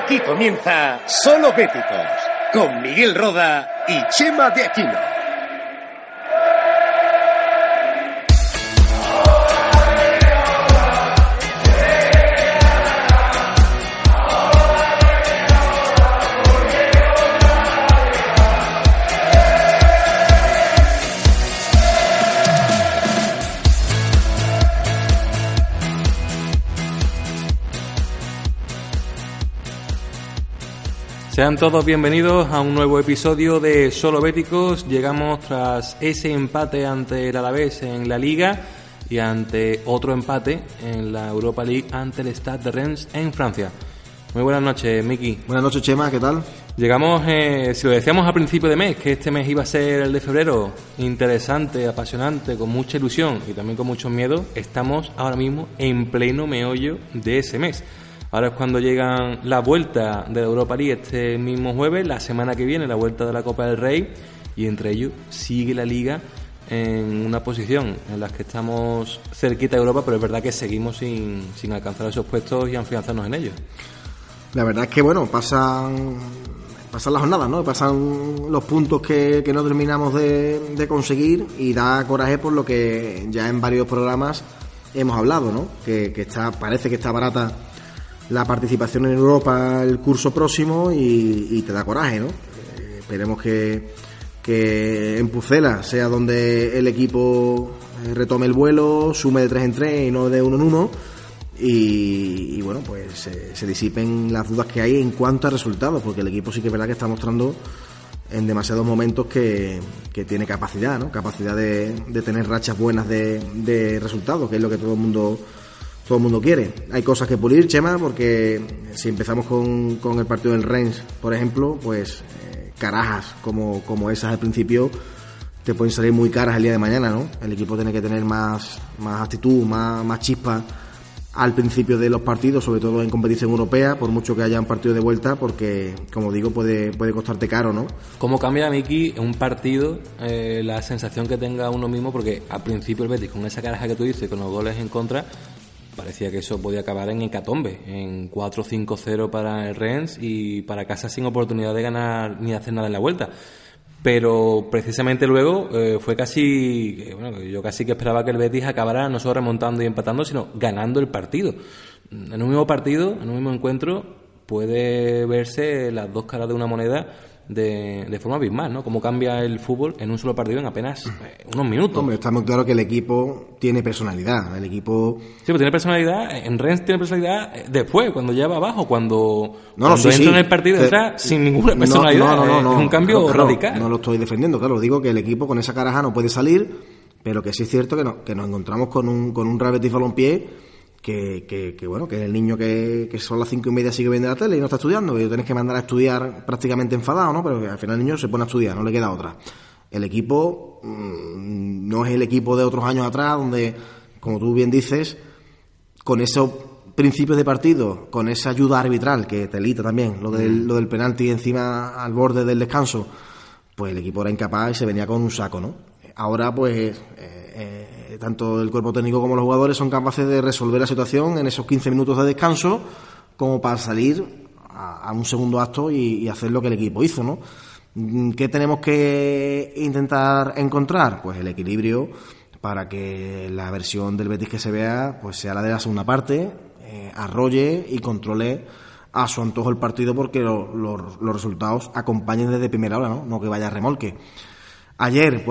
Aquí comienza Solo Béticos, con Miguel Roda y Chema de Aquino. Sean todos bienvenidos a un nuevo episodio de Solo Béticos. Llegamos tras ese empate ante el Alavés en la Liga y ante otro empate en la Europa League ante el Stade de Reims en Francia. Muy buenas noches, Miki. Buenas noches, Chema, ¿qué tal? Llegamos, si lo decíamos a principio de mes, que este mes iba a ser el de febrero, interesante, apasionante, con mucha ilusión y también con mucho miedo, estamos ahora mismo en pleno meollo de ese mes. Ahora es cuando llegan la vuelta de la Europa League este mismo jueves, la semana que viene la vuelta de la Copa del Rey y entre ellos sigue la Liga en una posición en la que estamos cerquita de Europa, pero es verdad que seguimos sin alcanzar esos puestos y afianzarnos en ellos. La verdad es que bueno, pasan las jornadas, ¿no? Pasan los puntos que no terminamos de conseguir y da coraje por lo que ya en varios programas hemos hablado, ¿no? Que parece que está barata la participación en Europa el curso próximo y te da coraje, ¿no? Esperemos que en Pucela sea donde el equipo retome el vuelo, sume de 3 en 3 y no de 1 en 1 y bueno, pues se disipen las dudas que hay en cuanto a resultados, porque el equipo sí que es verdad que está mostrando en demasiados momentos que tiene capacidad, ¿no? Capacidad de tener rachas buenas de resultados, que es lo que todo el mundo quiere. Hay cosas que pulir, Chema, porque si empezamos con el partido del Reims, por ejemplo, pues carajas como esas al principio te pueden salir muy caras el día de mañana, ¿no? El equipo tiene que tener más actitud, más chispa al principio de los partidos, sobre todo en competición europea, por mucho que haya un partido de vuelta, porque, como digo, puede costarte caro, ¿no? ¿Cómo cambia, Miki, un partido la sensación que tenga uno mismo? Porque al principio el Betis, con esa caraja que tú dices, con los goles en contra, parecía que eso podía acabar en hecatombe, en 4-5-0 para el Reims y para casa sin oportunidad de ganar ni de hacer nada en la vuelta. Pero precisamente luego fue casi, bueno, yo casi que esperaba que el Betis acabara no solo remontando y empatando, sino ganando el partido. En un mismo partido, en un mismo encuentro, puede verse las dos caras de una moneda de forma abismal, ¿no? Cómo cambia el fútbol en un solo partido en apenas unos minutos. Hombre, está muy claro que el equipo tiene personalidad. El equipo... Sí, pero tiene personalidad. En Rennes tiene personalidad después, cuando ya va abajo, cuando entra en el partido entra sin ninguna personalidad. No, es un cambio radical. No lo estoy defendiendo, claro. Digo que el equipo con esa caraja no puede salir, pero que sí es cierto que nos encontramos con un Real Betis Balompié que bueno, que es el niño que son las 5:30 sigue viendo la tele y no está estudiando, y lo tienes que mandar a estudiar prácticamente enfadado, ¿no? Pero al final el niño se pone a estudiar, no le queda otra. El equipo no es el equipo de otros años atrás, donde, como tú bien dices, con esos principios de partido, con esa ayuda arbitral, que telita también, lo del penalti encima al borde del descanso, pues el equipo era incapaz y se venía con un saco, ¿no? Ahora, pues... tanto el cuerpo técnico como los jugadores son capaces de resolver la situación en esos 15 minutos de descanso como para salir a un segundo acto y hacer lo que el equipo hizo, ¿no? ¿Qué tenemos que intentar encontrar? Pues el equilibrio para que la versión del Betis que se vea pues sea la de la segunda parte, arrolle y controle a su antojo el partido, porque los resultados acompañen desde primera hora, ¿no? No que vaya a remolque. Ayer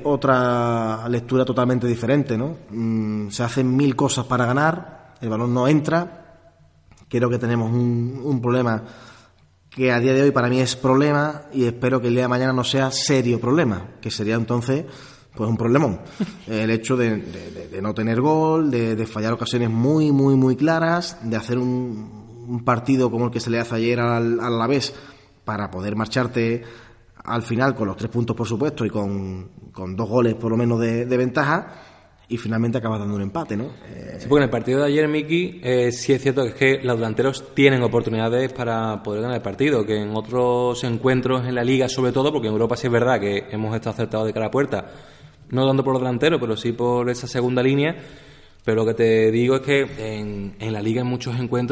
otra lectura totalmente diferente, ¿no? Se hacen 1000 cosas para ganar, el balón no entra. Creo que tenemos un problema que a día de hoy para mí es problema, y espero que el día de mañana no sea serio problema, que sería entonces pues un problemón. El hecho de no tener gol, de fallar ocasiones muy, muy, muy claras, de hacer un partido como el que se le hace ayer al Alavés para poder marcharte al final con los 3 puntos, por supuesto, y con 2 goles por lo menos de ventaja, y finalmente acabas dando un empate, ¿no? Sí, porque en el partido de ayer, Miki, sí es cierto que es que los delanteros tienen oportunidades para poder ganar el partido, que en otros encuentros en la Liga, sobre todo, porque en Europa sí es verdad que hemos estado acertados de cara a puerta, no dando por los delanteros, pero sí por esa segunda línea. Pero lo que te digo es que en la Liga, en muchos encuentros,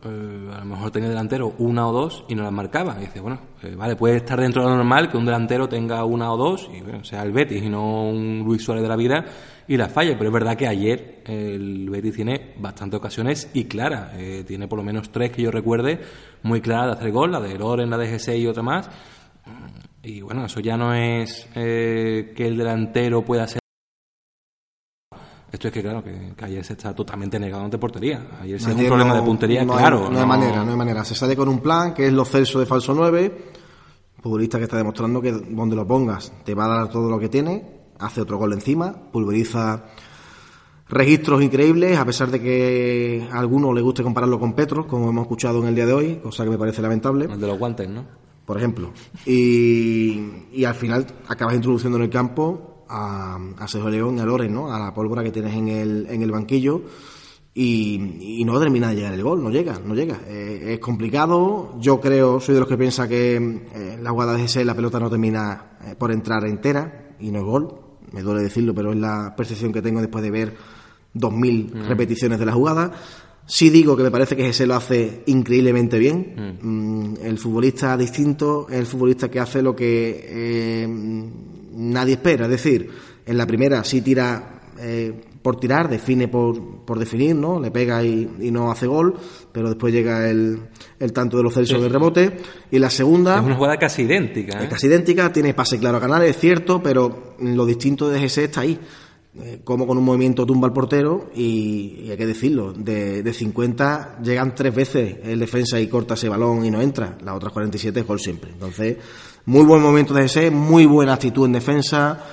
a lo mejor tenía delantero una o dos y no las marcaba. Y dice, bueno, vale, puede estar dentro de lo normal que un delantero tenga una o dos, y bueno, sea el Betis y no un Luis Suárez de la vida, y las falle. Pero es verdad que ayer el Betis tiene bastantes ocasiones y claras. Tiene por lo menos 3 que yo recuerde muy claras de hacer gol, la de Loren, la de G6 y otra más. Y bueno, eso ya no es que el delantero pueda ser. Esto es que, claro, que ayer se está totalmente negado ante portería. Ayer sí es un problema de puntería, claro. No hay manera. Se sale con un plan que es los Celso de falso 9, futbolista que está demostrando que donde lo pongas te va a dar todo lo que tiene, hace otro gol encima, pulveriza registros increíbles, a pesar de que a algunos le guste compararlo con Petros, como hemos escuchado en el día de hoy, cosa que me parece lamentable. El de los guantes, ¿no? Por ejemplo. Y al final acabas introduciendo en el campo a Sergio León y a Loren, ¿no? A la pólvora que tienes en el banquillo y no termina de llegar el gol, no llega. Es complicado. Yo soy de los que piensa que la jugada de G6 la pelota no termina por entrar entera y no es gol. Me duele decirlo, pero es la percepción que tengo después de ver 2000 repeticiones de la jugada. Sí digo que me parece que G6 lo hace increíblemente bien. El futbolista distinto es el futbolista que hace lo que nadie espera. Es decir, en la primera sí tira por tirar, define por definir, ¿no? Le pega y no hace gol, pero después llega el tanto de los Celso del rebote. Y la segunda es una jugada casi idéntica. Es casi idéntica, tiene pase claro a Canales, es cierto, pero lo distinto de G6 está ahí. Como con un movimiento tumba al portero y hay que decirlo, de 50 llegan 3 veces el defensa y corta ese balón y no entra, las otras 47 es gol siempre. Entonces, muy buen momento de ese, muy buena actitud en defensa,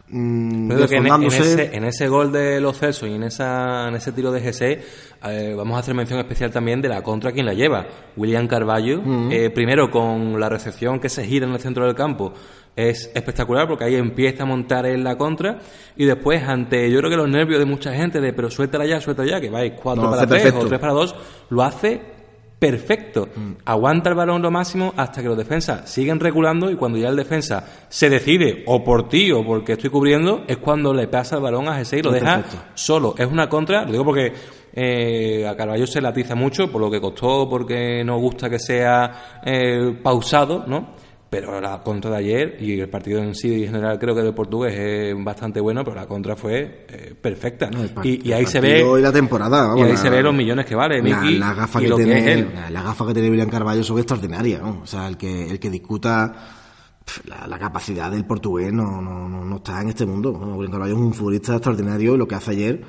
en ese gol de los Celso y en ese tiro de G6 vamos a hacer mención especial también de la contra quien la lleva, William Carballo. Primero con la recepción que se gira en el centro del campo, es espectacular porque ahí empieza a montar en la contra y después ante, yo creo que los nervios de mucha gente de pero suéltala ya, que vais 4 para 3 o 3 para 2, lo hace perfecto. Aguanta el balón lo máximo hasta que los defensas siguen reculando y cuando ya el defensa se decide o por ti o porque estoy cubriendo es cuando le pasa el balón a G6 y lo deja solo. Es una contra, lo digo porque a Carballo se latiza mucho por lo que costó, porque no gusta que sea pausado, ¿no? Pero la contra de ayer y el partido en sí en general creo que el portugués es bastante bueno, pero la contra fue perfecta. No, y ahí se ve y la temporada, vamos, y ahí se ve los millones que vale Miki, la gafa que tiene William Carballo son extraordinarias, ¿no? O sea, el que discuta la capacidad del portugués no está en este mundo. William Carballo es un futbolista extraordinario y lo que hace ayer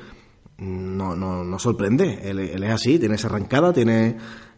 no sorprende. Él es así, tiene esa arrancada, tiene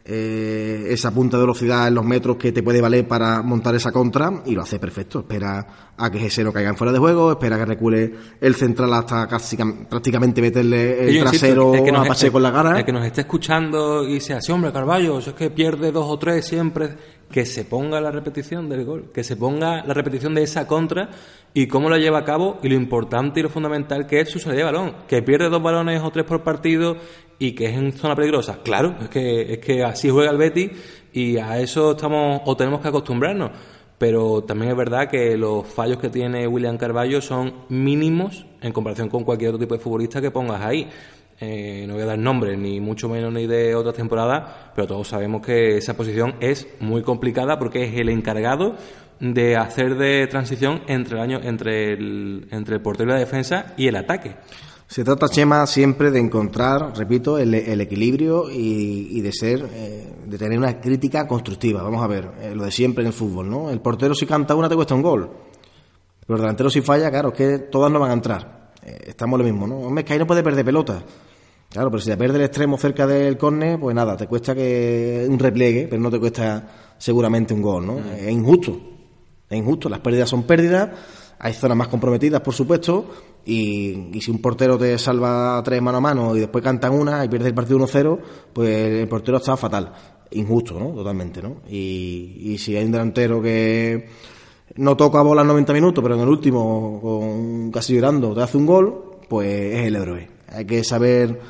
esa punta de velocidad en los metros que te puede valer para montar esa contra y lo hace perfecto. Espera a que G6 no caiga en fuera de juego, espera a que recule el central hasta prácticamente meterle el trasero a Pacheco en la cara. El que nos esté escuchando y sea así, hombre, Carballo, es que pierde 2 o 3 siempre, que se ponga la repetición del gol, que se ponga la repetición de esa contra y cómo la lleva a cabo y lo importante y lo fundamental que es su salida de balón, que pierde 2 balones o 3 por partido y que es en zona peligrosa. Claro, es que así juega el Betis y a eso tenemos que acostumbrarnos. Pero también es verdad que los fallos que tiene William Carballo son mínimos en comparación con cualquier otro tipo de futbolista que pongas ahí. No voy a dar nombres, ni mucho menos ni de otras temporadas, pero todos sabemos que esa posición es muy complicada porque es el encargado de hacer de transición entre el portero y la defensa y el ataque. Se trata, Chema, siempre de encontrar, repito, el equilibrio y de tener una crítica constructiva. Vamos a ver, lo de siempre en el fútbol, ¿no? El portero si canta una te cuesta un gol, pero el delantero si falla, claro, es que todas no van a entrar. Estamos lo mismo, ¿no? Hombre, es que ahí no puede perder pelota. Claro, pero si te pierde el extremo cerca del córner, pues nada, te cuesta que un repliegue, pero no te cuesta seguramente un gol, ¿no? Es injusto, las pérdidas son pérdidas. Hay zonas más comprometidas, por supuesto, y si un portero te salva 3 mano a mano y después cantan una y pierdes el partido 1-0, pues el portero está fatal. Injusto, ¿no? Totalmente, ¿no? Y si hay un delantero que no toca bola en 90 minutos, pero en el último, casi llorando, te hace un gol, pues es el héroe. Hay que saber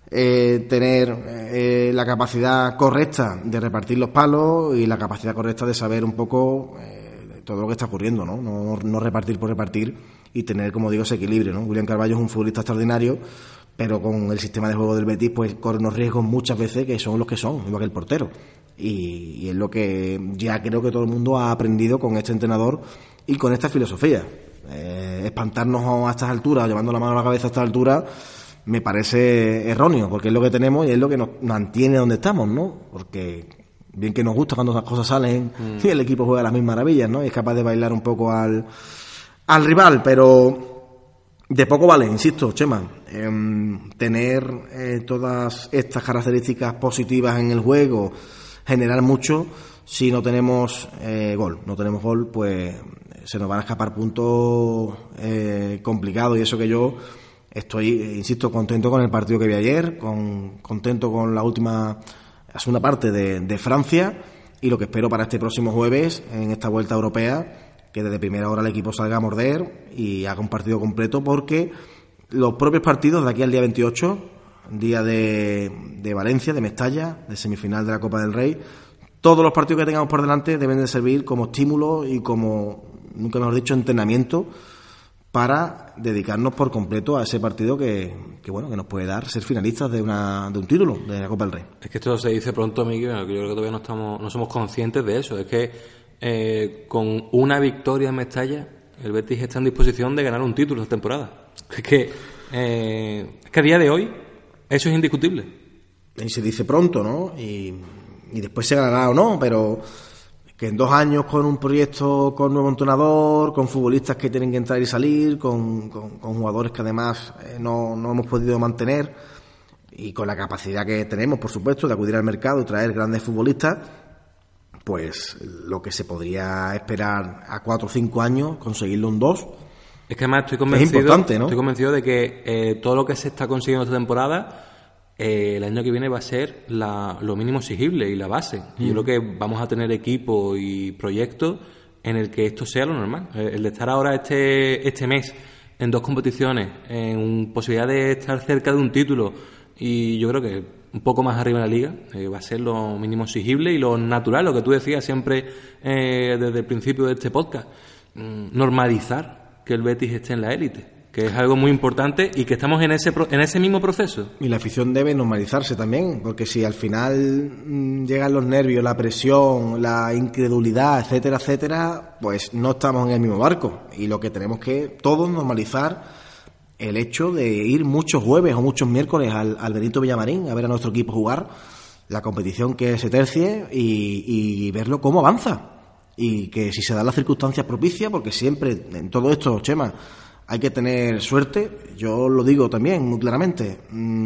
tener la capacidad correcta de repartir los palos y la capacidad correcta de saber un poco todo lo que está ocurriendo, ¿no? No repartir por repartir y tener, como digo, ese equilibrio, ¿no? William Carballo es un futbolista extraordinario, pero con el sistema de juego del Betis pues corre unos riesgos muchas veces que son los que son, igual que el portero, y es lo que ya creo que todo el mundo ha aprendido con este entrenador y con esta filosofía. Espantarnos a estas alturas, llevando la mano a la cabeza a estas alturas, me parece erróneo, porque es lo que tenemos y es lo que nos mantiene donde estamos, ¿no? Porque bien que nos gusta cuando esas cosas salen y el equipo juega las mismas maravillas, ¿no? Y es capaz de bailar un poco al rival, pero de poco vale, insisto, Chema, tener todas estas características positivas en el juego, generar mucho. Si no tenemos gol, pues se nos van a escapar puntos complicados, y eso que yo estoy, insisto, contento con el partido que vi ayer, contento con la segunda parte de Francia, y lo que espero para este próximo jueves en esta vuelta europea, que desde primera hora el equipo salga a morder y haga un partido completo, porque los propios partidos de aquí al día 28, día de Valencia, de Mestalla, de semifinal de la Copa del Rey, todos los partidos que tengamos por delante deben de servir como estímulo y como, nunca mejor dicho, entrenamiento para dedicarnos por completo a ese partido que nos puede dar ser finalistas de un título de la Copa del Rey. Es que esto se dice pronto, Miguel, que yo creo que todavía no somos conscientes de eso. Es que con una victoria en Mestalla el Betis está en disposición de ganar un título esta temporada. Es que a día de hoy eso es indiscutible. Y se dice pronto, ¿no? Y después se ganará o no, pero que en 2 años, con un proyecto con nuevo entrenador, con futbolistas que tienen que entrar y salir, con jugadores que además no hemos podido mantener, y con la capacidad que tenemos, por supuesto, de acudir al mercado y traer grandes futbolistas, pues lo que se podría esperar a 4 o 5 años, conseguirlo en 2. Es que además estoy convencido, es importante, ¿no? Estoy convencido de que todo lo que se está consiguiendo esta temporada, el año que viene va a ser lo mínimo exigible y la base. Y yo creo que vamos a tener equipo y proyectos en el que esto sea lo normal. El de estar ahora este mes en 2 competiciones, en posibilidad de estar cerca de un título, y yo creo que un poco más arriba en la liga, va a ser lo mínimo exigible y lo natural, lo que tú decías siempre desde el principio de este podcast, normalizar que el Betis esté en la élite, que es algo muy importante y que estamos en ese mismo proceso. Y la afición debe normalizarse también, porque si al final llegan los nervios, la presión, la incredulidad, etcétera, etcétera, pues no estamos en el mismo barco. Y lo que tenemos que todos normalizar el hecho de ir muchos jueves o muchos miércoles al Benito Villamarín a ver a nuestro equipo jugar la competición que se tercie y verlo cómo avanza. Y que si se dan las circunstancias propicias, porque siempre en todo esto, Chema, hay que tener suerte. Yo lo digo también muy claramente.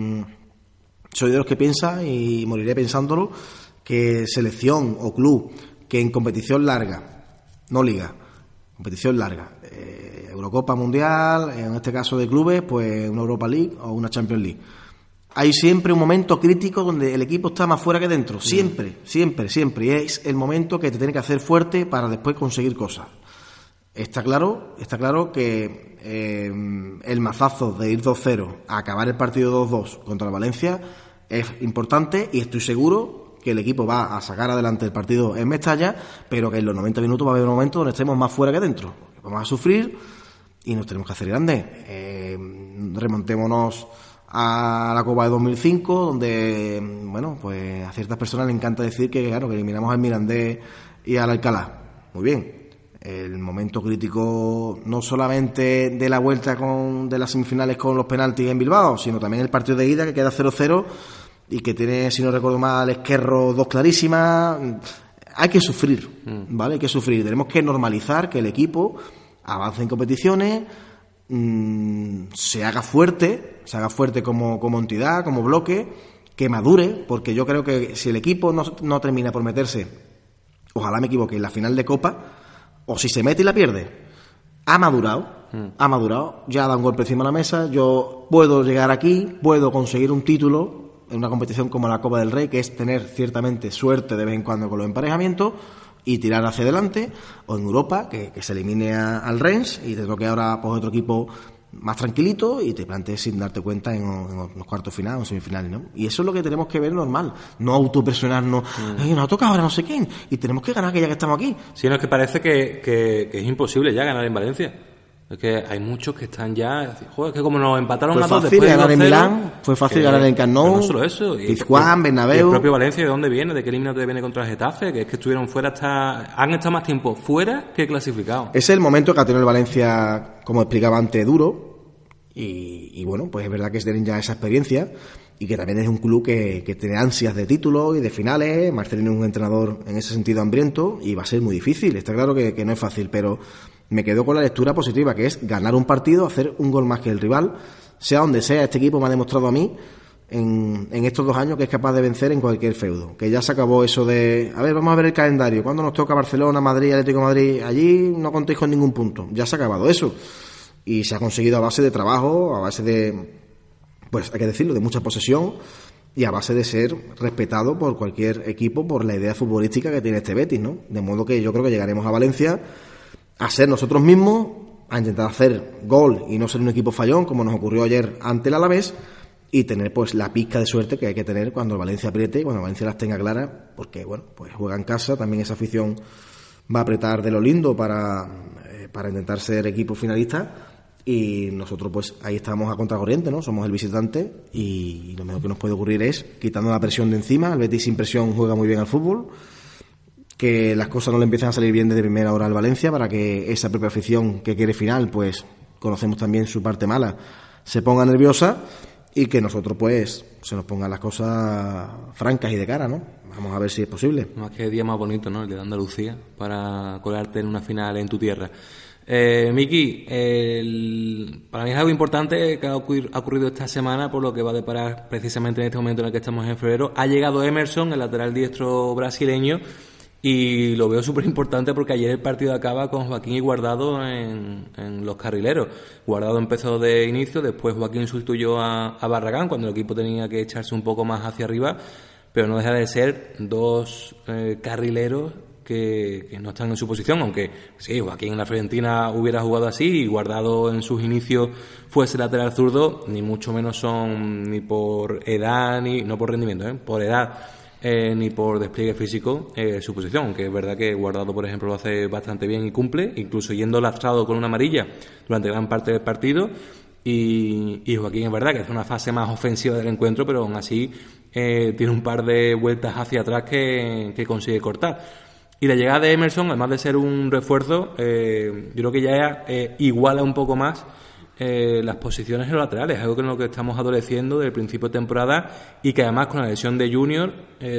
Soy de los que piensa, y moriré pensándolo, que selección o club que en competición larga, no liga, competición larga, Eurocopa, Mundial, en este caso de clubes, pues una Europa League o una Champions League, hay siempre un momento crítico donde el equipo está más fuera que dentro. Siempre. Y es el momento que te tiene que hacer fuerte para después conseguir cosas. Está claro que el mazazo de ir 2-0 a acabar el partido 2-2 contra el Valencia es importante, y estoy seguro que el equipo va a sacar adelante el partido en Mestalla, pero que en los 90 minutos va a haber un momento donde estemos más fuera que dentro. Vamos a sufrir y nos tenemos que hacer grandes. Remontémonos a la Copa de 2005, donde, bueno, pues a ciertas personas les encanta decir que, claro, que eliminamos al Mirandés y al Alcalá. Muy bien. El momento crítico no solamente de la vuelta de las semifinales con los penaltis en Bilbao, sino también el partido de ida, que queda 0-0 y que tiene, si no recuerdo mal, Esquerro 2 clarísimas. Hay que sufrir, ¿vale? Hay que sufrir. Tenemos que normalizar que el equipo avance en competiciones, se haga fuerte como entidad, como bloque, que madure, porque yo creo que si el equipo no termina por meterse, ojalá me equivoque, en la final de Copa, o si se mete y la pierde, ha madurado, ya ha dado un golpe encima de la mesa. Yo puedo llegar aquí, puedo conseguir un título en una competición como la Copa del Rey, que es tener ciertamente suerte de vez en cuando con los emparejamientos y tirar hacia adelante, o en Europa, que se elimine al Rennes y te toque ahora pues otro equipo más tranquilito y te plantees sin darte cuenta en los cuartos finales o en semifinales, ¿no? Y eso es lo que tenemos que ver normal, no autopresionarnos, nos toca ahora no sé quién y tenemos que ganar, que ya que estamos aquí. Sí, no, es que parece que es imposible ya ganar en Valencia. Es que hay muchos que están ya... Joder, es que como nos empataron fue a 2 fácil después de ganar en 2-0, Milán, fue fácil ganar en Camp Nou, no solo eso. Pizjuán, Bernabéu... Y el propio Valencia, ¿de dónde viene? ¿De qué eliminatoria viene contra el Getafe? Que es que estuvieron fuera han estado más tiempo fuera que clasificados. Es el momento que ha tenido el Valencia, como explicaba antes, duro. Y bueno, pues es verdad que tienen ya esa experiencia y que también es un club que tiene ansias de títulos y de finales. Marcelino es un entrenador en ese sentido hambriento y va a ser muy difícil. Está claro que no es fácil, pero me quedo con la lectura positiva, que es ganar un partido, hacer un gol más que el rival, sea donde sea. Este equipo me ha demostrado a mí en estos 2 años que es capaz de vencer en cualquier feudo, que ya se acabó eso de, a ver, vamos a ver el calendario, cuando nos toca Barcelona, Madrid, Atlético de Madrid, allí no contéis con ningún punto, ya se ha acabado eso. Y se ha conseguido a base de trabajo, a base de, pues hay que decirlo, de mucha posesión y a base de ser respetado por cualquier equipo por la idea futbolística que tiene este Betis, ¿no? De modo que yo creo que llegaremos a Valencia a ser nosotros mismos, a intentar hacer gol y no ser un equipo fallón, como nos ocurrió ayer ante el Alavés, y tener pues la pizca de suerte que hay que tener cuando el Valencia apriete y cuando el Valencia las tenga claras, porque bueno, pues juega en casa, también esa afición va a apretar de lo lindo para intentar ser equipo finalista. Y nosotros pues ahí estamos a contracorriente, ¿no? Somos el visitante y lo mejor que nos puede ocurrir es quitando la presión de encima. El Betis sin presión juega muy bien al fútbol, que las cosas no le empiezan a salir bien desde primera hora al Valencia, para que esa propia afición que quiere final, pues conocemos también su parte mala, se ponga nerviosa y que nosotros pues se nos pongan las cosas francas y de cara, ¿no? Vamos a ver si es posible. Más que día más bonito, ¿no? El de Andalucía, para colarte en una final en tu tierra. Miki, para mí es algo importante que ha ocurrido esta semana, por lo que va a deparar precisamente en este momento en el que estamos en febrero. Ha llegado Emerson, el lateral diestro brasileño, y lo veo súper importante porque ayer el partido acaba con Joaquín y Guardado en los carrileros. Guardado empezó de inicio, después Joaquín sustituyó a Barragán cuando el equipo tenía que echarse un poco más hacia arriba, pero no deja de ser 2 carrileros que no están en su posición, aunque sí, Joaquín en la Fiorentina hubiera jugado así y Guardado en sus inicios fuese lateral zurdo, ni mucho menos son ni por edad, ni no por rendimiento, por edad, ni por despliegue físico su posición, aunque es verdad que Guardado, por ejemplo, lo hace bastante bien y cumple, incluso yendo lastrado con una amarilla durante gran parte del partido. Y Joaquín es verdad que es una fase más ofensiva del encuentro, pero aún así tiene un par de vueltas hacia atrás que consigue cortar. Y la llegada de Emerson, además de ser un refuerzo, yo creo que ya iguala un poco más las posiciones en los laterales, algo que en lo que estamos adoleciendo desde el principio de temporada y que además con la lesión de Junior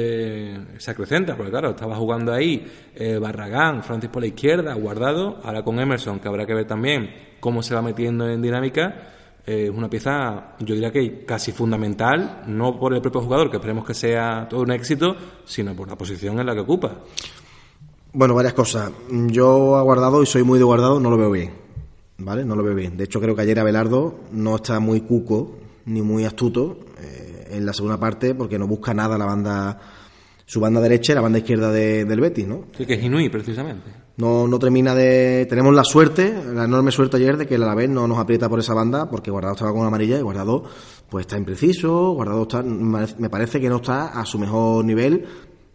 se acrecenta, porque claro, estaba jugando ahí Barragán, Francis por la izquierda, Guardado, ahora con Emerson, que habrá que ver también cómo se va metiendo en dinámica. Es una pieza, yo diría que casi fundamental, no por el propio jugador, que esperemos que sea todo un éxito, sino por la posición en la que ocupa. Bueno, varias cosas. Yo a Guardado, y soy muy de Guardado, no lo veo bien, ¿vale? No lo veo bien. De hecho, creo que ayer Abelardo no está muy cuco ni muy astuto en la segunda parte, porque no busca nada su banda derecha y la banda izquierda del Betis, ¿no? Sí, que es Inui, precisamente. No termina de... Tenemos la enorme suerte ayer de que el Alavés no nos aprieta por esa banda, porque Guardado estaba con una amarilla y Guardado pues está impreciso, Guardado me parece que no está a su mejor nivel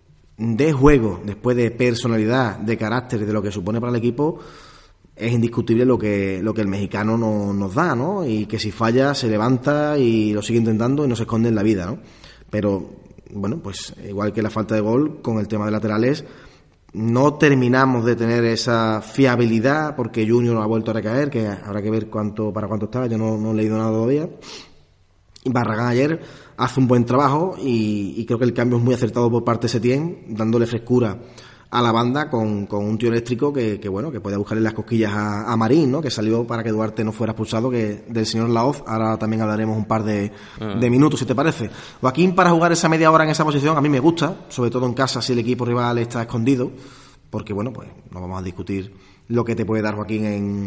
de juego, después de personalidad, de carácter y de lo que supone para el equipo. Es indiscutible lo que el mexicano nos da, ¿no? Y que si falla se levanta y lo sigue intentando y no se esconde en la vida, ¿no? Pero bueno, pues igual que la falta de gol, con el tema de laterales no terminamos de tener esa fiabilidad, porque Junior ha vuelto a recaer, que habrá que ver para cuánto está. Yo no he leído nada todavía. Barragán ayer hace un buen trabajo y creo que el cambio es muy acertado por parte de Setién, dándole frescura a la banda con un tío eléctrico que puede buscarle las cosquillas a Marín, ¿no? Que salió para que Duarte no fuera expulsado, que del señor Laoz ahora también hablaremos un par de minutos, si te parece. Joaquín, para jugar esa media hora en esa posición, a mí me gusta, sobre todo en casa si el equipo rival está escondido, porque bueno, pues no vamos a discutir lo que te puede dar Joaquín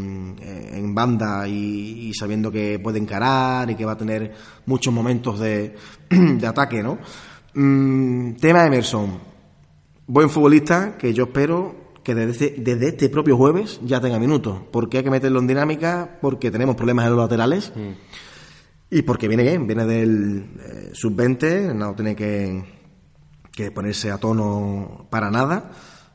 en banda y sabiendo que puede encarar y que va a tener muchos momentos de ataque, ¿no? Tema de Emerson. Buen futbolista que yo espero que desde este propio jueves ya tenga minutos. Porque hay que meterlo en dinámica, porque tenemos problemas en los laterales y porque viene bien, viene del sub-20, no tiene que ponerse a tono para nada.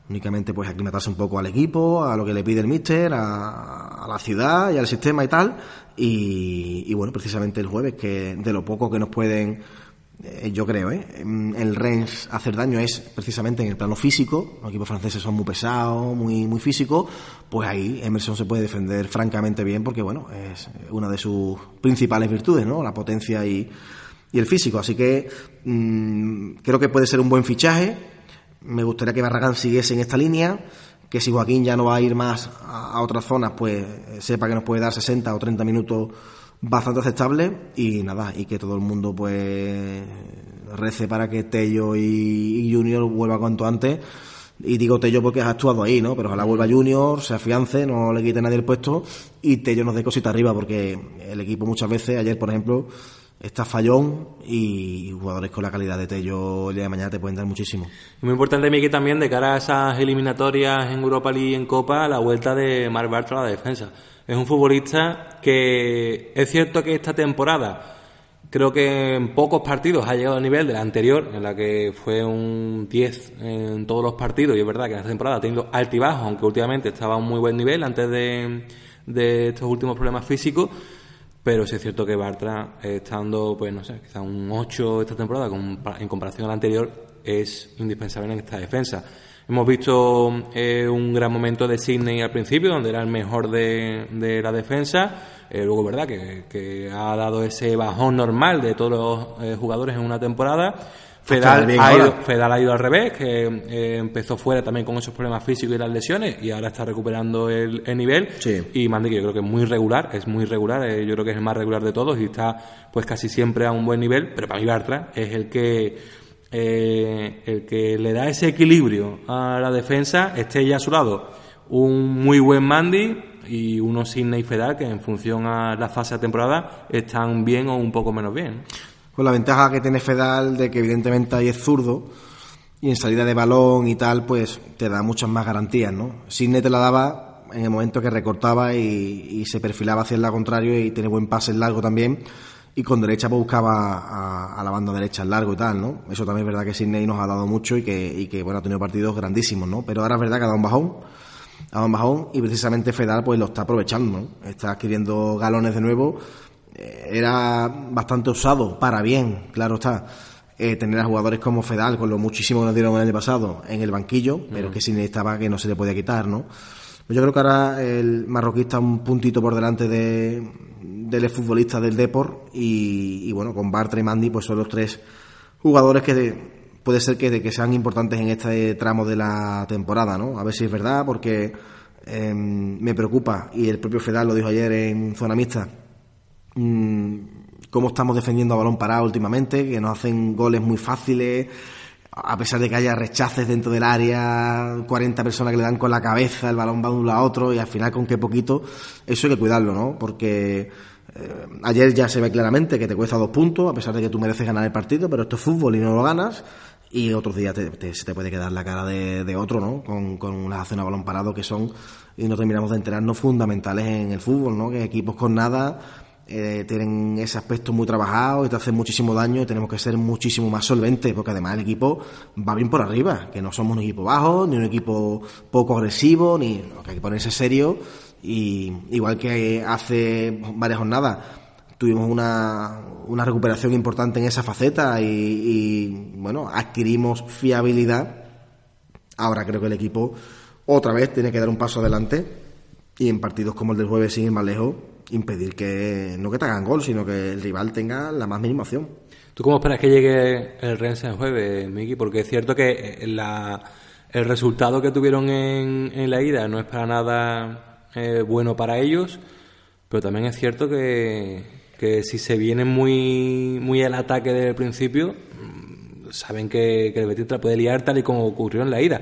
únicamente pues aclimatarse un poco al equipo, a lo que le pide el míster, a la ciudad y al sistema y tal, y bueno, precisamente el jueves, que de lo poco que nos pueden, yo creo, el Rennes hacer daño es precisamente en el plano físico. Los equipos franceses son muy pesados, muy físicos, pues ahí Emerson se puede defender francamente bien, porque bueno, es una de sus principales virtudes, ¿no? La potencia y el físico, así que creo que puede ser un buen fichaje. Me gustaría que Barragán siguiese en esta línea, que si Joaquín ya no va a ir más a otras zonas, pues sepa que nos puede dar 60 o 30 minutos bastante aceptable, y nada, y que todo el mundo pues rece para que Tello y Junior vuelva cuanto antes. Y digo Tello porque has actuado ahí, ¿no? Pero ojalá vuelva Junior, se afiance, no le quite nadie el puesto, y Tello nos dé cosita arriba, porque el equipo muchas veces, ayer por ejemplo, está fallón, y jugadores con la calidad de Tello el día de mañana te pueden dar muchísimo. Muy importante, Miki, también de cara a esas eliminatorias en Europa League y en Copa, la vuelta de Marc Bartra a la defensa. Es un futbolista que es cierto que esta temporada creo que en pocos partidos ha llegado al nivel de la anterior, en la que fue un 10 en todos los partidos, y es verdad que esta temporada ha tenido altibajos, aunque últimamente estaba a un muy buen nivel antes de estos últimos problemas físicos. Pero sí es cierto que Bartra, estando, pues no sé, quizá un 8 esta temporada en comparación a la anterior, es indispensable en esta defensa. Hemos visto un gran momento de Sidney al principio, donde era el mejor de la defensa. Luego, verdad, que ha dado ese bajón normal de todos los jugadores en una temporada. Fedal ha ido al revés, que empezó fuera también con esos problemas físicos y las lesiones, y ahora está recuperando el nivel. Sí. Y Mandi, que yo creo que es muy regular, yo creo que es el más regular de todos y está pues casi siempre a un buen nivel, pero para mí Bartra es el que le da ese equilibrio a la defensa, esté ya a su lado un muy buen Mandi y unos Sidney y Fedal que en función a la fase de temporada están bien o un poco menos bien. Pues la ventaja que tiene Fedal de que evidentemente ahí es zurdo y en salida de balón y tal, pues te da muchas más garantías, ¿no? Sidney te la daba en el momento que recortaba y se perfilaba hacia el lado contrario, y tiene buen pase en largo también, y con derecha pues buscaba a la banda derecha en largo y tal, ¿no? Eso también es verdad que Sidney nos ha dado mucho y que bueno, ha tenido partidos grandísimos, ¿no? Pero ahora es verdad que ha dado un bajón, y precisamente Fedal pues lo está aprovechando, ¿no? Está adquiriendo galones de nuevo. Era bastante usado para bien, claro está, tener a jugadores como Fedal, con lo muchísimo que nos dieron el año pasado, en el banquillo, pero que Sidney estaba que no se le podía quitar, ¿no? Yo creo que ahora el marroquí está un puntito por delante del futbolista del Depor, y bueno, con Bartra y Mandi pues son los tres jugadores que puede ser que sean importantes en este tramo de la temporada, ¿no? A ver si es verdad, porque me preocupa, y el propio Fedal lo dijo ayer en zona mixta, cómo estamos defendiendo a balón parado últimamente, que nos hacen goles muy fáciles, a pesar de que haya rechaces dentro del área, 40 personas que le dan con la cabeza, el balón va de un lado a otro, y al final con qué poquito. Eso hay que cuidarlo, ¿no? Porque ayer ya se ve claramente que te cuesta 2 puntos, a pesar de que tú mereces ganar el partido, pero esto es fútbol y no lo ganas, y otros días se te puede quedar la cara de otro, ¿no? Con unas acciones a balón parado que son, y no terminamos de enterarnos, fundamentales en el fútbol, ¿no? Que equipos con nada tienen ese aspecto muy trabajado y te hacen muchísimo daño, y tenemos que ser muchísimo más solventes, porque además el equipo va bien por arriba, que no somos un equipo bajo ni un equipo poco agresivo, ni que hay que ponerse serio. Y igual que hace varias jornadas tuvimos una recuperación importante en esa faceta y bueno, adquirimos fiabilidad, ahora creo que el equipo otra vez tiene que dar un paso adelante, y en partidos como el del jueves, sin ir más lejos, impedir que no que te hagan gol, sino que el rival tenga la más mínima opción. ¿Tú cómo esperas que llegue el Rennes el jueves, Miki? Porque es cierto que el resultado que tuvieron en la ida no es para nada bueno para ellos, pero también es cierto que si se vienen muy al ataque desde el principio, saben que el Betis la puede liar tal y como ocurrió en la ida.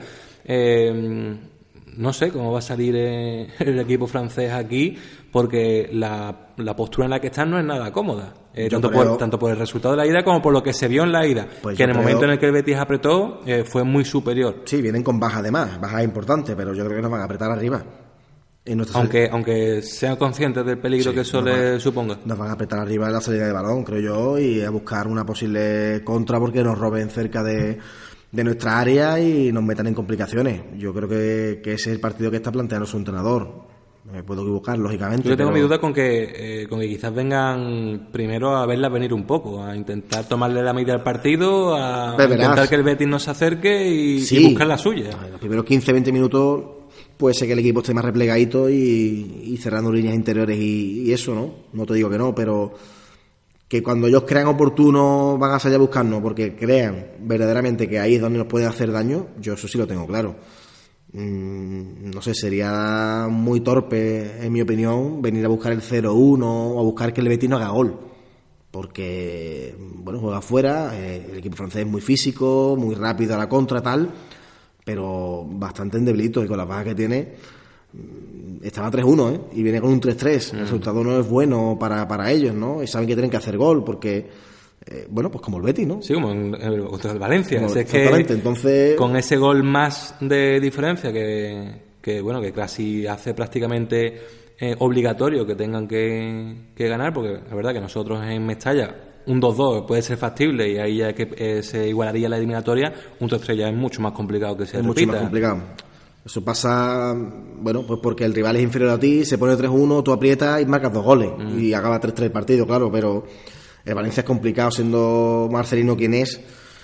No sé cómo va a salir el equipo francés aquí, porque la postura en la que están no es nada cómoda, tanto por el resultado de la ida como por lo que se vio en la ida, pues que en el momento en el que el Betis apretó fue muy superior. Sí, vienen con bajas además, bajas importantes, pero yo creo que nos van a apretar arriba. Aunque sean conscientes del peligro que eso les suponga. Nos van a apretar arriba en la salida de balón, creo yo, y a buscar una posible contra, porque nos roben cerca de nuestra área y nos metan en complicaciones. Yo creo que ese es el partido que está planteando su entrenador. Me puedo equivocar, lógicamente. Yo tengo mi duda con que quizás vengan primero a verla venir un poco, a intentar tomarle la medida al partido, a intentar que el Betis no se acerque y buscar la suya. En los primeros 15-20 minutos puede ser que el equipo esté más replegadito y cerrando líneas interiores y eso, ¿no? No te digo que no, pero que cuando ellos crean oportuno van a salir a buscarnos porque crean verdaderamente que ahí es donde nos pueden hacer daño, yo eso sí lo tengo claro. No sé, sería muy torpe, en mi opinión, venir a buscar el 0-1 o a buscar que el Betis no haga gol. Porque, bueno, juega afuera, el equipo francés es muy físico, muy rápido a la contra, tal, pero bastante endeblito y con la baja que tiene. Estaba 3-1, y viene con un 3-3. El resultado no es bueno para ellos, ¿no? Y saben que tienen que hacer gol porque... bueno, pues como el Betis, ¿no? Sí, como contra el Valencia. Exactamente, entonces... Con ese gol más de diferencia que bueno, que casi hace prácticamente obligatorio que tengan que ganar, porque la verdad que nosotros en Mestalla un 2-2 puede ser factible y ahí ya que se igualaría la eliminatoria, un 3-3 ya es mucho más complicado que se repita. Mucho más complicado. Eso pasa, bueno, pues porque el rival es inferior a ti, se pone 3-1, tú aprietas y marcas 2 goles y acaba 3-3 el partido, claro, pero... El Valencia es complicado siendo Marcelino quien es,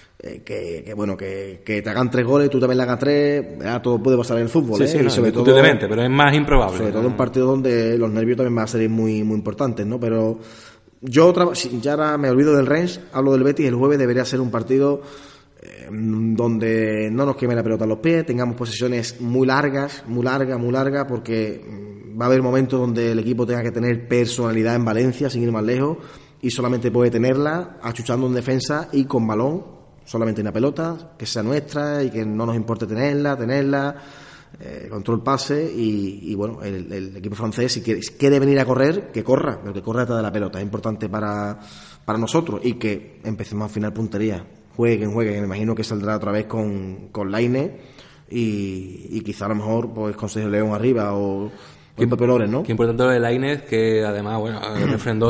que te hagan 3 goles, tú también le hagas 3, todo puede pasar en el fútbol, sí, y sobre todo, pero es más improbable. Sobre todo en un partido donde los nervios también van a ser muy, muy importantes, ¿no? Pero yo ya ahora me olvido del Rennes, hablo del Betis, el jueves debería ser un partido donde no nos queme la pelota a los pies, tengamos posesiones muy largas, porque va a haber momentos donde el equipo tenga que tener personalidad en Valencia, sin ir más lejos, y solamente puede tenerla achuchando en defensa y con balón, solamente una pelota, que sea nuestra y que no nos importe tenerla, control pase y bueno, el equipo francés si quiere venir a correr, que corra, pero que corra detrás de la pelota, es importante para nosotros y que empecemos a afinar puntería, jueguen, me imagino que saldrá otra vez con Lainez y quizá a lo mejor pues con Sergio León arriba o Pepe Lores, ¿no? Qué importante lo de Lainez, que además, bueno, refrendó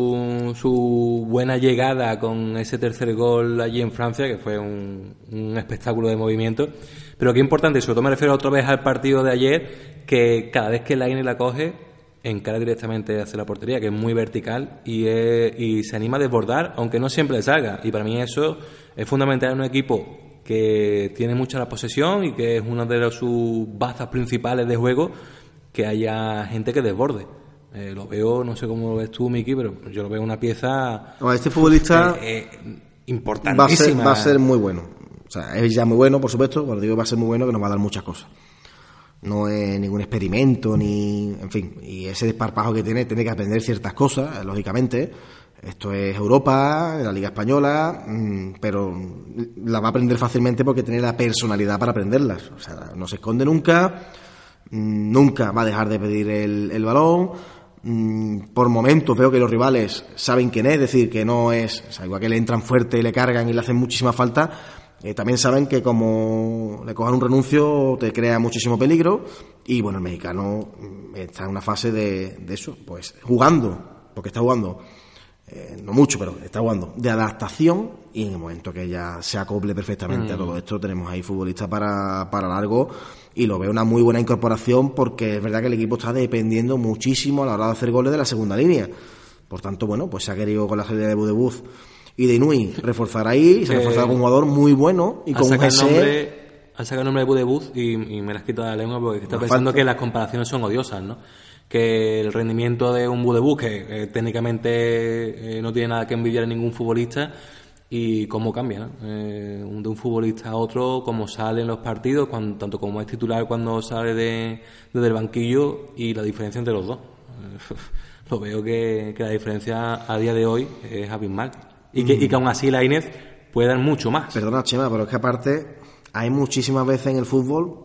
su buena llegada con ese tercer gol allí en Francia, que fue un espectáculo de movimiento. Pero qué importante, sobre todo me refiero otra vez al partido de ayer, que cada vez que Lainez la coge, encara directamente hacia la portería, que es muy vertical y se anima a desbordar, aunque no siempre le salga. Y para mí eso es fundamental en un equipo que tiene mucha la posesión y que es una de sus bazas principales de juego, que haya gente que desborde. Lo veo, no sé cómo lo ves tú, Miki, pero yo lo veo una pieza... No, este futbolista importantísima. Va a ser muy bueno. O sea, es ya muy bueno, por supuesto. Cuando digo va a ser muy bueno, que nos va a dar muchas cosas. No es ningún experimento, en fin. Y ese desparpajo que tiene que aprender ciertas cosas, lógicamente. Esto es Europa, la Liga Española, pero la va a aprender fácilmente porque tiene la personalidad para aprenderlas. O sea, no se esconde nunca va a dejar de pedir el balón. Por momentos veo que los rivales saben quién es decir, que no es, o sea, igual que le entran fuerte y le cargan y le hacen muchísima falta, también saben que como le cojan un renuncio te crea muchísimo peligro. Y bueno, el mexicano está en una fase de eso, pues porque está jugando no mucho, pero está jugando de adaptación, y en el momento que ya se acople perfectamente a todo esto, tenemos ahí futbolistas para largo, y lo veo una muy buena incorporación, porque es verdad que el equipo está dependiendo muchísimo a la hora de hacer goles de la segunda línea. Por tanto, bueno, pues se ha querido con la salida de Budebuz y de Inui reforzar ahí, y se ha reforzado con un jugador muy bueno y con un GC. Has sacado el nombre de Budebuz y me las quito de la lengua porque está pensando que las comparaciones son odiosas, ¿no? Que el rendimiento de un Budebuz, que técnicamente no tiene nada que envidiar a ningún futbolista, y cómo cambia, ¿no? De un futbolista a otro, cómo sale en los partidos, tanto como es titular cuando sale desde el banquillo, y la diferencia entre los dos. Lo veo que la diferencia a día de hoy es abismal. Y que aún así Lainez puede dar mucho más. Perdona, Chema, pero es que aparte hay muchísimas veces en el fútbol,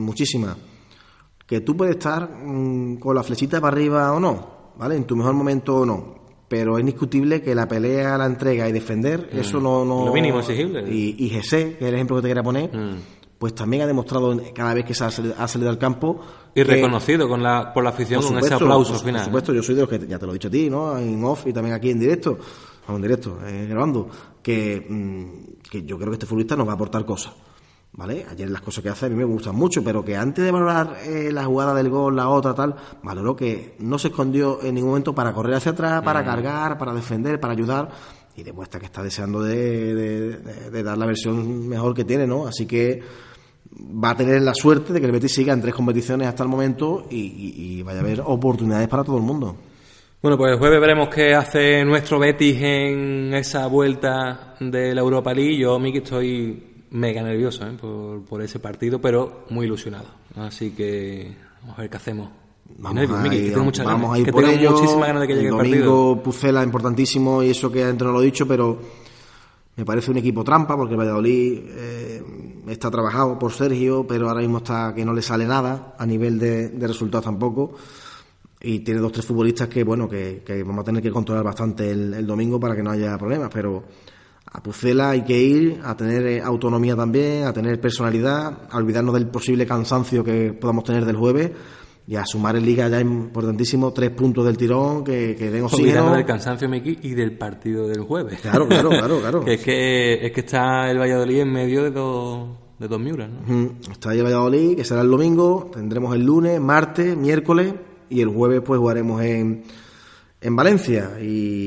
que tú puedes estar con la flechita para arriba o no, ¿vale? En tu mejor momento o no, pero es indiscutible que la pelea, la entrega y defender, eso no... Lo mínimo exigible. Y Jesse, que es el ejemplo que te quería poner, pues también ha demostrado cada vez que ha salido al campo... Y reconocido por la afición con ese aplauso final. Por supuesto, yo soy de los que, ya te lo he dicho a ti, ¿no? En off y también aquí en directo, grabando, que que yo creo que este futbolista nos va a aportar cosas, ¿vale? Ayer las cosas que hace a mí me gustan mucho, pero que antes de valorar la jugada del gol, la otra, tal, valoró que no se escondió en ningún momento para correr hacia atrás, para cargar, para defender, para ayudar, y demuestra que está deseando de dar la versión mejor que tiene, ¿no? Así que va a tener la suerte de que el Betis siga en 3 competiciones hasta el momento y vaya a haber oportunidades para todo el mundo. Bueno, pues el jueves veremos qué hace nuestro Betis en esa vuelta de la Europa League. Yo, Miki, estoy mega nervioso por ese partido, pero muy ilusionado. Así que vamos a ver qué hacemos. Vamos a ir por ello. Muchísimas ganas de que llegue el partido. Domingo, Pucela, importantísimo, y eso que antes no lo he dicho, pero me parece un equipo trampa, porque el Valladolid está trabajado por Sergio, pero ahora mismo está que no le sale nada a nivel de resultados tampoco. Y tiene 2 o 3 futbolistas que vamos a tener que controlar bastante el domingo para que no haya problemas, pero a Pucela hay que ir a tener autonomía también, a tener personalidad, a olvidarnos del posible cansancio que podamos tener del jueves y a sumar en Liga ya importantísimo 3 puntos del tirón que den oxígeno. Olvidarnos del cansancio, Miki, y del partido del jueves. Claro. que es que está el Valladolid en medio de dos Miuras, ¿no? Está ahí el Valladolid, que será el domingo, tendremos el lunes, martes, miércoles, y el jueves pues jugaremos en Valencia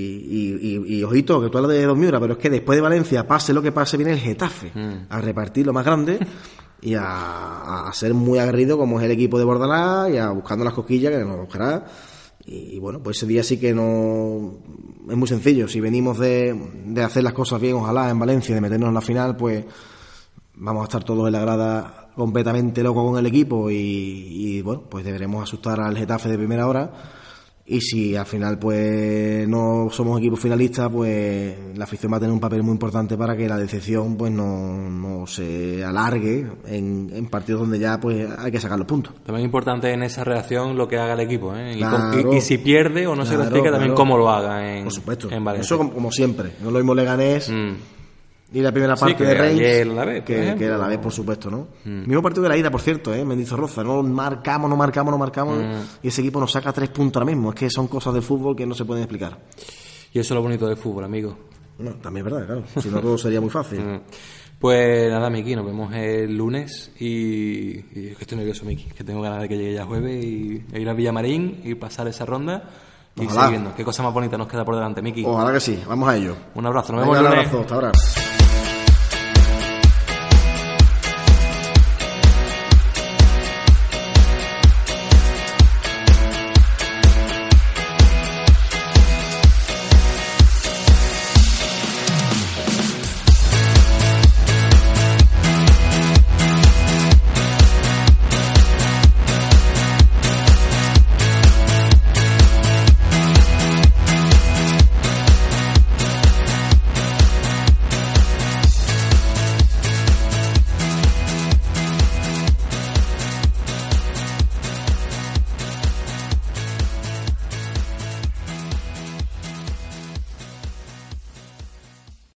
y ojito, que tú hablas de 2 Miuras, pero es que después de Valencia, pase lo que pase, viene el Getafe a repartir lo más grande y a ser muy aguerrido como es el equipo de Bordalás y a buscando las cosquillas que nos buscará. Y bueno, pues ese día sí que no es muy sencillo. Si venimos de hacer las cosas bien, ojalá en Valencia, de meternos en la final, pues vamos a estar todos en la grada completamente locos con el equipo y bueno, pues deberemos asustar al Getafe de primera hora. Y si al final pues no somos equipo finalista, pues la afición va a tener un papel muy importante para que la decepción pues no se alargue en partidos donde ya pues hay que sacar los puntos. También es importante en esa reacción lo que haga el equipo, ¿eh? Claro, y si pierde o no se clasifica, también cómo lo haga por supuesto, en Valencia. eso como siempre, no lo mismo Leganés y la primera parte de Reims que era la vez, por supuesto, ¿no? Mismo partido de la ida, por cierto, Mendizorroza, no marcamos y ese equipo nos saca 3 puntos ahora mismo. Es que son cosas del fútbol que no se pueden explicar. Y eso es lo bonito del fútbol, amigo. No, también es verdad, claro, si no todo sería muy fácil. Pues nada, Miki, nos vemos el lunes y es que estoy nervioso, Miki, que tengo ganas de que llegue ya jueves y ir a Villamarín y pasar esa ronda. Y seguir viendo qué cosa más bonita nos queda por delante, Miki. Ojalá que sí, vamos a ello. Un abrazo, nos vemos el lunes. Un abrazo, hasta ahora.